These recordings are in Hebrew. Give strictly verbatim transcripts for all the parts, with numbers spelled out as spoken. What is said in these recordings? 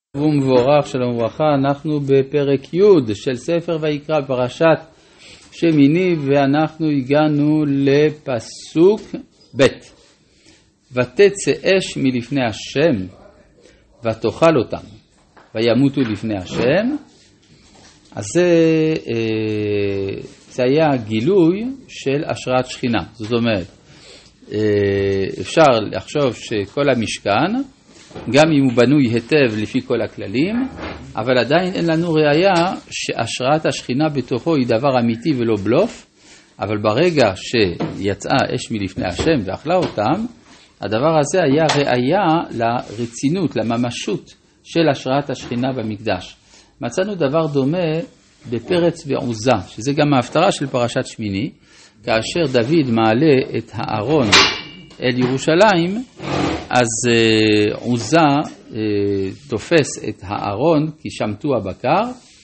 ומבורך, שלום וברכה, אנחנו בפרק י' של ספר ויקרא, פרשת שמיני, ואנחנו הגענו לפסוק ב'. ותצא אש מלפני השם ותאכל אותם וימותו לפני השם. אז זה, זה היה גילוי של השראת שכינה. זאת אומרת, אפשר לחשוב שכל המשכן, גם אם הוא בנוי היטב לפי כל הכללים, אבל עדיין אין לנו ראיה שהשראת השכינה בתוכו היא דבר אמיתי ולא בלוף. אבל ברגע שיצאה אש מלפני השם ואכלה אותם, הדבר הזה היה ראיה לרצינות, לממשות של השראת השכינה במקדש. מצאנו דבר דומה בפרץ ועוזה, שזה גם ההפטרה של פרשת שמיני, כאשר דוד מעלה את הארון אל ירושלים, אז uh, עוזה uh, תופס את הארון כי שמטו הבקר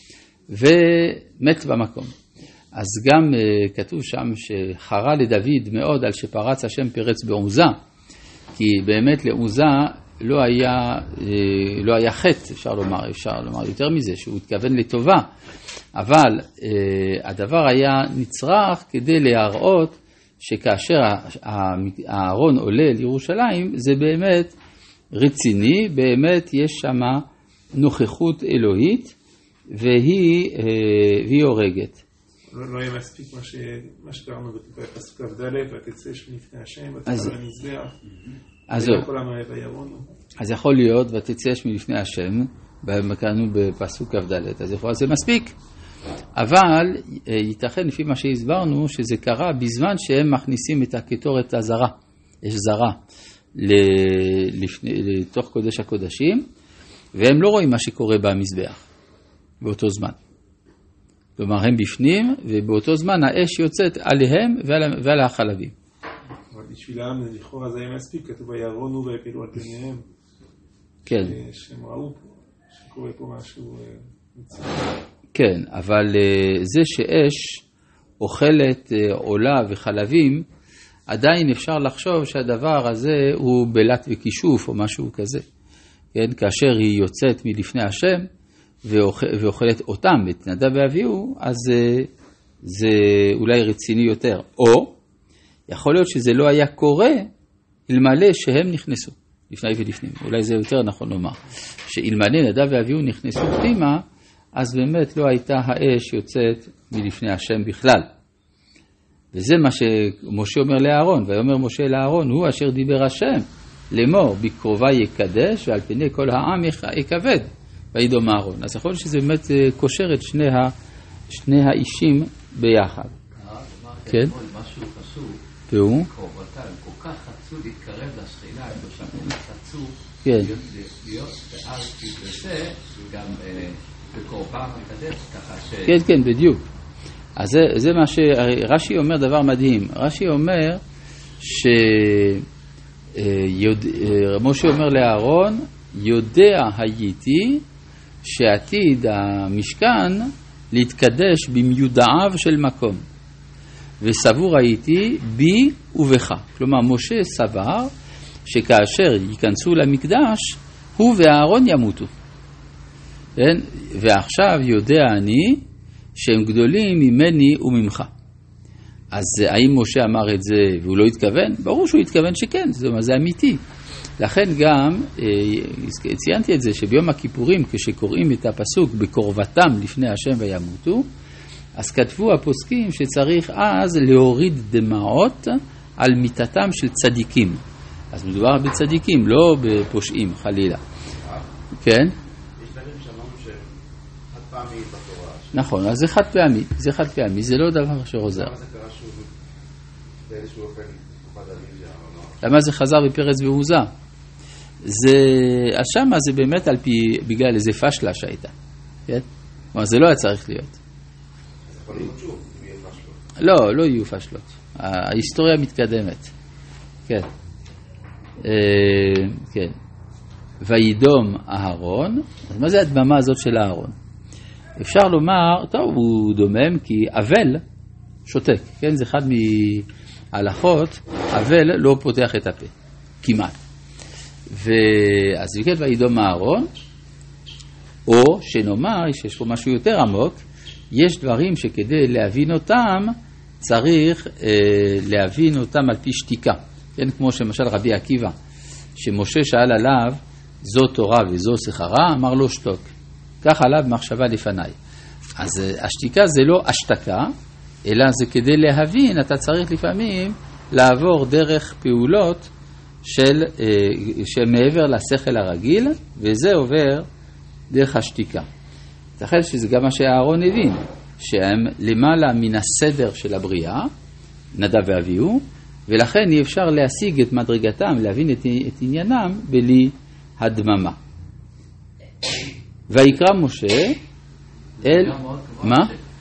ומת במקום. אז גם uh, כתוב שם שחרה לדוד מאוד על שפרץ השם פרץ בעוזה, כי באמת לעוזה לא היה, uh, לא היה חטא, אפשר לומר, אפשר לומר יותר מזה, שהוא התכוון לטובה, אבל uh, הדבר היה נצרך כדי להראות שכאשר הארון עולה לירושלים, זה באמת רציני, באמת יש שם נוכחות אלוהית, והיא, והיא הורגת. לא, לא יהיה מספיק מה, ש... מה שקראנו בפסוק כ"ד, ותצא אש מלפני השם, ותאכל המזבח, וכל עם האוהב ירונו. אז יכול להיות, ותצא אש מלפני השם, קראנו בפסוק כ"ד, אז יכול להיות זה מספיק. אבל ייתכן לפי מה שהסברנו שזה קרה בזמן שהם מכניסים את הקטורת הזרה, יש זרה, לתוך קודש הקודשים, והם לא רואים מה שקורה במזבח באותו זמן. כלומר הם בפנים, ובאותו זמן האש יוצאת עליהם ועל, ועל החלבים. אבל בשבילם לכאורה זה היה מספיק, כתוב וירונו והפילו על פניהם. כן. שהם ראו פה, שקורה פה משהו מצוין. כן, אבל זה שאש אוכלת עולה וחלבים, עדיין אפשר לחשוב שהדבר הזה הוא בלט וכישוף או משהו כזה. כן, כאשר היא יוצאת מלפני השם ואוכלת אותם, את נדב ואביהו, אז זה, זה אולי רציני יותר. או יכול להיות שזה לא היה קורה אלמלא שהם נכנסו, לפני ולפנים. אולי זה יותר נכון לומר, שאלמלא נדב ואביהו נכנסו פנימה, אז באמת לא הייתה האש יוצאת מלפני השם בכלל. וזה מה שמשה אומר לאהרון, ויאמר משה לאהרון, הוא אשר דיבר השם, לאמור, בקרובה יקדש, ועל פני כל העם יכבד, וידום אהרון. אז יכול להיות שזה באמת קושר את שני, ה, שני האישים ביחד. כן? משהו חשוב, והוא? קרובתם, כל כך רצו להתקרב לשכינה, כל כך רצו להיות ואז תתבשא, וגם בקורבן הקדש, ככה ש... כן, כן, בדיוק. אז זה, זה מה שרש"י אומר, דבר מדהים. רש"י אומר שמשה אומר לאהרון, יודע הייתי שעתיד המשכן להתקדש במיודעיו של מקום, וסבור הייתי בי ובך. כלומר, משה סבר שכאשר ייכנסו למקדש, הוא ואהרון ימותו. כן? ועכשיו יודע אני שהם גדולים ממני וממך. אז האם משה אמר את זה והוא לא התכוון? ברור שהוא התכוון שכן, זאת אומרת, זה אמיתי. לכן גם ציינתי את זה שביום הכיפורים כשקוראים את הפסוק בקרבתם לפני השם וימותו, אז כתבו הפוסקים שצריך אז להוריד דמעות על מיתתם של צדיקים. אז מדובר בצדיקים, לא בפושעים חלילה. כן? נכון, אז זה חד פעמי, זה חד פעמי, זה לא דבר שעוזר. למה זה קרה שוב באיזשהו אופן תקופת דוד? למה זה חזר בפרץ ועוזה? זה, אז שמה זה באמת על פי, בגלל איזה פשלה שהייתה, כן? כלומר, זה לא היה צריך להיות. אז יכול להיות שוב, אם יהיה פשלות. לא, לא יהיו פשלות. ההיסטוריה מתקדמת. כן. כן. וידום אהרון, אז מה זה הדממה הזאת של אהרון? אפשר לומר, טוב, הוא דומם כי אבל שותק, כן? זה אחד מההלכות, אבל לא פותח את הפה, כמעט. ואז וכן וידום אהרון, או שנאמר שיש פה משהו יותר עמוק, יש דברים שכדי להבין אותם, צריך אה, להבין אותם על פי שתיקה. כן, כמו שמשל רבי עקיבא, שמשה שאל עליו, זו תורה וזו שכרה, אמר לו שתוק. כך עליו מחשבה לפניי. אז השתיקה זה לא השתקה, אלא זה כדי להבין, אתה צריך לפעמים לעבור דרך פעולות של, שמעבר לשכל הרגיל, וזה עובר דרך השתיקה. תחל שזה גם מה שאהרון הבין, שהם למעלה מן הסדר של הבריאה, נדב ואביהו, ולכן אי אפשר להשיג את מדרגתם, להבין את, את עניינם, בלי הדממה. ויקרא משה אל... מה?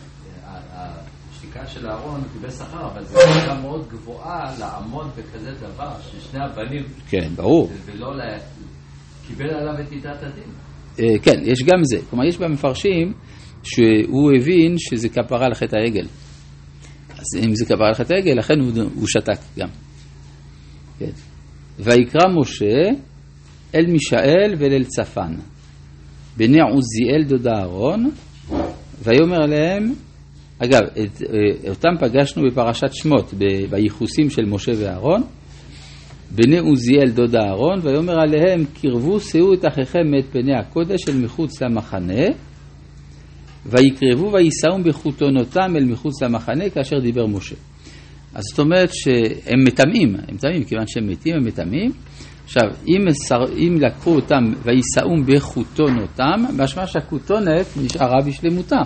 השתיקה של אהרון קיבל שכר, אבל זו הייתה מאוד גבוהה לעמוד בכזה דבר, ששני הבנים... כן, ברור. ולא קיבל עליו את עידת הדין. כן, יש גם זה. כלומר, יש במפרשים שהוא הבין שזה כפרה על חטא העגל. אז אם זה כפרה על חטא העגל, לכן הוא, הוא שתק גם. כן. ויקרא משה אל מישאל ואל צפן, בני עוזיאל דוד אהרון, ויאמר עליהם, אגב, את, אותם פגשנו בפרשת שמות, בייחוסים של משה ואהרון, בני עוזיאל דוד אהרון, ויאמר עליהם, קרבו שאו את אחיכם מאת פני הקודש אל מחוץ למחנה, ויקרבו וייסעום בחותונותם אל מחוץ למחנה, כאשר דיבר משה. אז זאת אומרת שהם מטמאים, הם מטמאים, כיוון שהם מתים, הם מטמאים. עכשיו, אם, אם לקחו אותם וייסעום בחותונותם, משמע שהכותונת נשארה בשלמותה,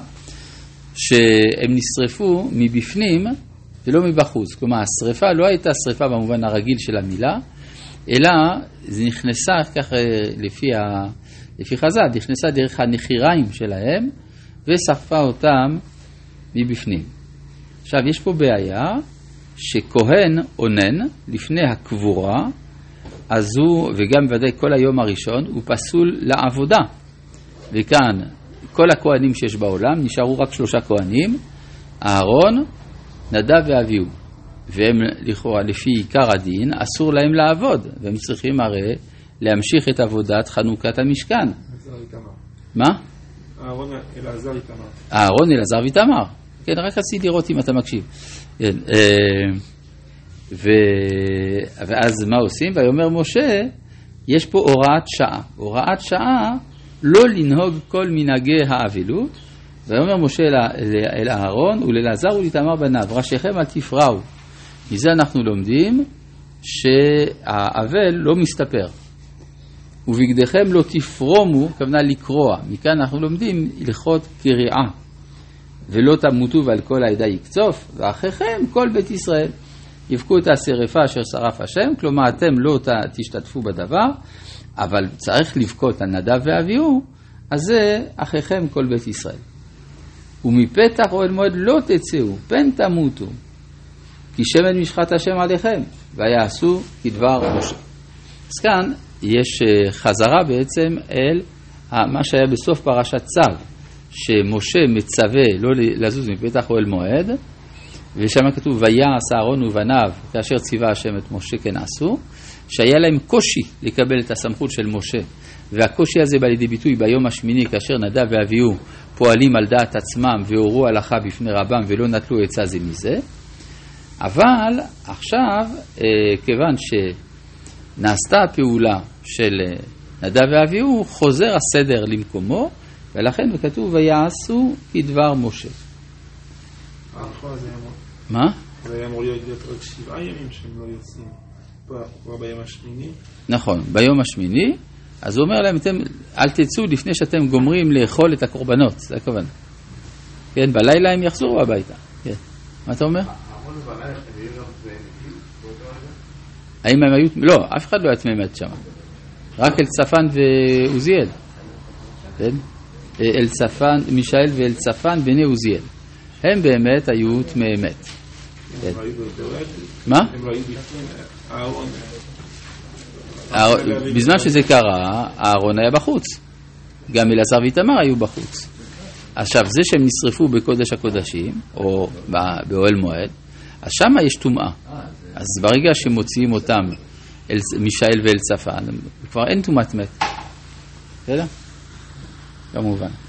שהם נשרפו מבפנים ולא מבחוץ. כלומר, השריפה לא הייתה שריפה במובן הרגיל של המילה, אלא זה נכנסה, כך לפי, ה, לפי חז"ל, נכנסה דרך הנחיריים שלהם, ושרפה אותם מבפנים. עכשיו, יש פה בעיה שכהן עונן לפני הקבורה, אז הוא, וגם ודאי כל היום הראשון, הוא פסול לעבודה. וכאן, כל הכהנים שיש בעולם, נשארו רק שלושה כהנים, אהרון, נדב ואביהו. והם לכאורה, לפי עיקר הדין, אסור להם לעבוד, והם צריכים הרי להמשיך את עבודת חנוכת המשכן. מה? אהרון אלעזר איתמר. אהרון אלעזר איתמר. כן, רק רציתי לראות אם אתה מקשיב. כן, ו... ואז מה עושים? ויאמר משה, יש פה הוראת שעה. הוראת שעה לא לנהוג כל מנהגי האבלות. ויאמר משה אל אהרון ולאלעזר ולאיתמר בניו, ראשיכם אל תפרעו. מזה אנחנו לומדים שהאבל לא מסתפר. ובגדיכם לא תפרומו, כוונה לקרוע. מכאן אנחנו לומדים הלכות קריעה. ולא תמותו ועל כל העדה יקצוף, ואחיכם כל בית ישראל. יבכו את השרפה אשר שרף השם, כלומר אתם לא תשתתפו בדבר, אבל צריך לבכות על נדב ואביהו, אז זה אחיכם כל בית ישראל. ומפתח אוהל מועד לא תצאו, פן תמותו, כי שמן משחת השם עליכם, ויעשו כדבר משה. אז כאן יש חזרה בעצם אל מה שהיה בסוף פרשת צו, שמשה מצווה לא לזוז מפתח אוהל מועד, ושם כתוב ויעש אהרון ובניו כאשר ציווה השם את משה כן עשו, שהיה להם קושי לקבל את הסמכות של משה, והקושי הזה בא לידי ביטוי ביום השמיני כאשר נדב ואביהו פועלים על דעת עצמם והורו הלכה בפני רבם ולא נטלו עצה זה מזה. אבל עכשיו כיוון שנעשתה הפעולה של נדב ואביהו, חוזר הסדר למקומו, ולכן כתוב ויעשו כדבר משה. מה? זה היה אמור להיות עוד שבעה ימים שהם לא יוצאים כבר ביום השמיני. נכון, ביום השמיני. אז הוא אומר להם, אתם אל תצאו לפני שאתם גומרים לאכול את הקורבנות, זה הכוונה. כן, בלילה הם יחזרו הביתה. כן. מה אתה אומר? האם הם היו... לא, אף אחד לא היה תמימת שם. רק אל צפן ועוזיאל. כן? אל צפן, מישאל ואל צפן בני עוזיאל. הם באמת היו תמימת. כן. מה? הם ראיו בפנים, אהרון... בזמן שזה קרה, אהרון היה בחוץ. גם אלעזר ואיתמר היו בחוץ. עכשיו, זה שהם נשרפו בקודש הקודשים, או באוהל מועד, אז שם יש טומאה. אז ברגע שמוציאים אותם, מישאל ואל צפן, כבר אין טומאת מת. בסדר? כמובן.